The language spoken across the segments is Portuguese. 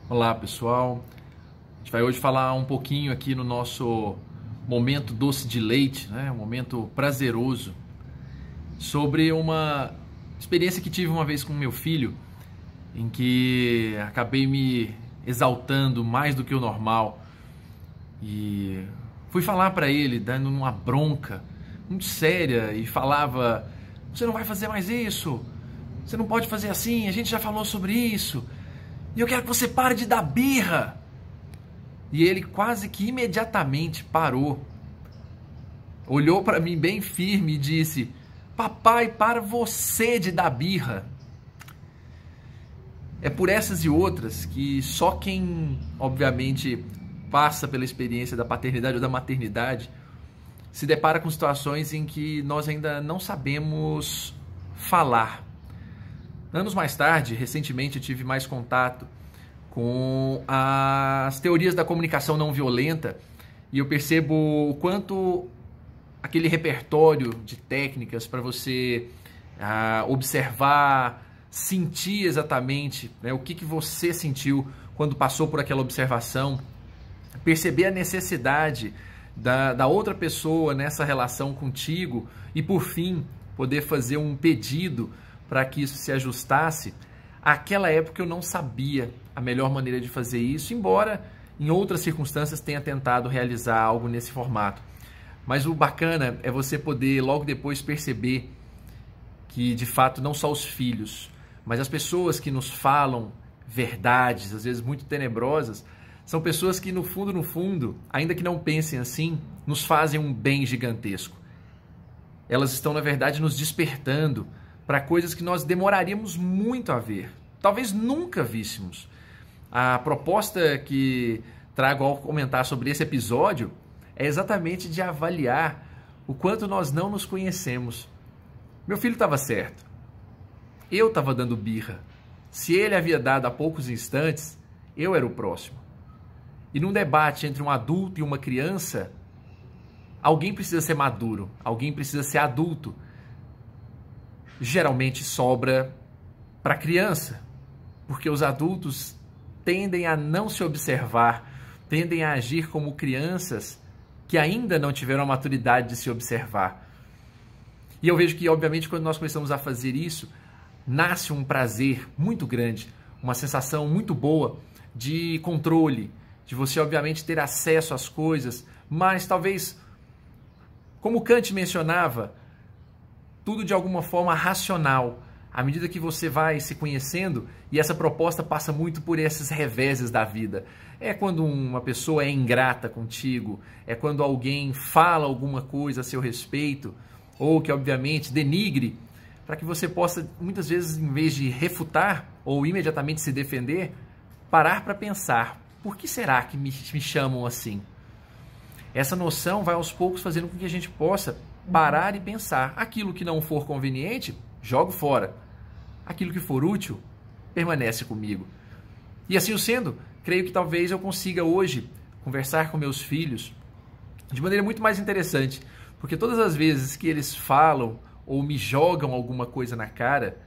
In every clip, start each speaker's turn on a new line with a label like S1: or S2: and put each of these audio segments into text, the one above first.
S1: Olá pessoal, a gente vai hoje falar um pouquinho aqui no nosso momento doce de leite, né? Um momento prazeroso, sobre uma experiência que tive uma vez com meu filho, em que acabei me exaltando mais do que o normal e fui falar para ele, dando uma bronca muito séria, e falava: você não vai fazer mais isso, você não pode fazer assim, a gente já falou sobre isso. E eu quero que você pare de dar birra. E ele quase que imediatamente parou. Olhou para mim bem firme e disse: papai, para você de dar birra. É por essas e outras que só quem, obviamente, passa pela experiência da paternidade ou da maternidade se depara com situações em que nós ainda não sabemos falar. Anos mais tarde, recentemente, eu tive mais contato com as teorias da comunicação não violenta e eu percebo o quanto aquele repertório de técnicas para você observar, sentir exatamente, né, o que você sentiu quando passou por aquela observação, perceber a necessidade da outra pessoa nessa relação contigo e, por fim, poder fazer um pedido para que isso se ajustasse. Aquela época eu não sabia a melhor maneira de fazer isso, embora em outras circunstâncias tenha tentado realizar algo nesse formato. Mas o bacana é você poder logo depois perceber que, de fato, não só os filhos, mas as pessoas que nos falam verdades, às vezes muito tenebrosas, são pessoas que, no fundo, ainda que não pensem assim, nos fazem um bem gigantesco. Elas estão, na verdade, nos despertando para coisas que nós demoraríamos muito a ver, talvez nunca víssemos. A proposta que trago ao comentar sobre esse episódio é exatamente de avaliar o quanto nós não nos conhecemos. Meu filho estava certo. Eu estava dando birra. Se ele havia dado há poucos instantes, eu era o próximo. E num debate entre um adulto e uma criança, alguém precisa ser maduro, alguém precisa ser adulto. Geralmente sobra para a criança, porque os adultos tendem a não se observar, tendem a agir como crianças que ainda não tiveram a maturidade de se observar. E eu vejo que, obviamente, quando nós começamos a fazer isso, nasce um prazer muito grande, uma sensação muito boa de controle, de você, obviamente, ter acesso às coisas, mas talvez, como Kant mencionava, tudo de alguma forma racional, à medida que você vai se conhecendo, e essa proposta passa muito por esses reveses da vida. É quando uma pessoa é ingrata contigo, é quando alguém fala alguma coisa a seu respeito, ou que obviamente denigre, para que você possa, muitas vezes, em vez de refutar ou imediatamente se defender, parar para pensar: por que será que me chamam assim? Essa noção vai aos poucos fazendo com que a gente possa parar e pensar. Aquilo que não for conveniente, jogo fora. Aquilo que for útil, permanece comigo. E assim o sendo, creio que talvez eu consiga hoje conversar com meus filhos de maneira muito mais interessante, porque todas as vezes que eles falam ou me jogam alguma coisa na cara,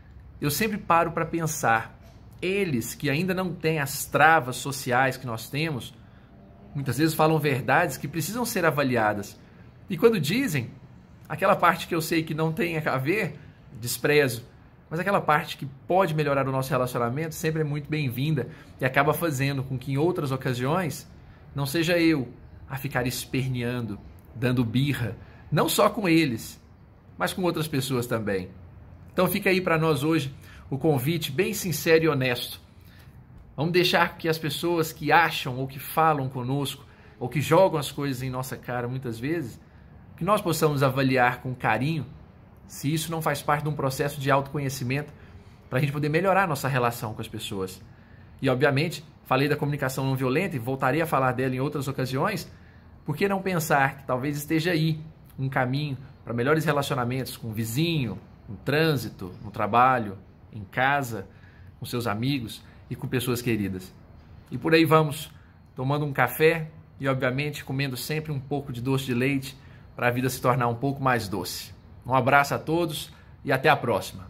S1: eu sempre paro para pensar. Eles que ainda não têm as travas sociais que nós temos, muitas vezes falam verdades que precisam ser avaliadas. E quando dizem, aquela parte que eu sei que não tem a ver, desprezo. Mas aquela parte que pode melhorar o nosso relacionamento sempre é muito bem-vinda e acaba fazendo com que em outras ocasiões não seja eu a ficar esperneando, dando birra, não só com eles, mas com outras pessoas também. Então fica aí para nós hoje o convite bem sincero e honesto. Vamos deixar que as pessoas que acham ou que falam conosco ou que jogam as coisas em nossa cara muitas vezes, que nós possamos avaliar com carinho se isso não faz parte de um processo de autoconhecimento para a gente poder melhorar a nossa relação com as pessoas. E, obviamente, falei da comunicação não violenta e voltarei a falar dela em outras ocasiões. Por que não pensar que talvez esteja aí um caminho para melhores relacionamentos com o vizinho, no trânsito, no trabalho, em casa, com seus amigos e com pessoas queridas? E por aí vamos, tomando um café e, obviamente, comendo sempre um pouco de doce de leite, para a vida se tornar um pouco mais doce. Um abraço a todos e até a próxima.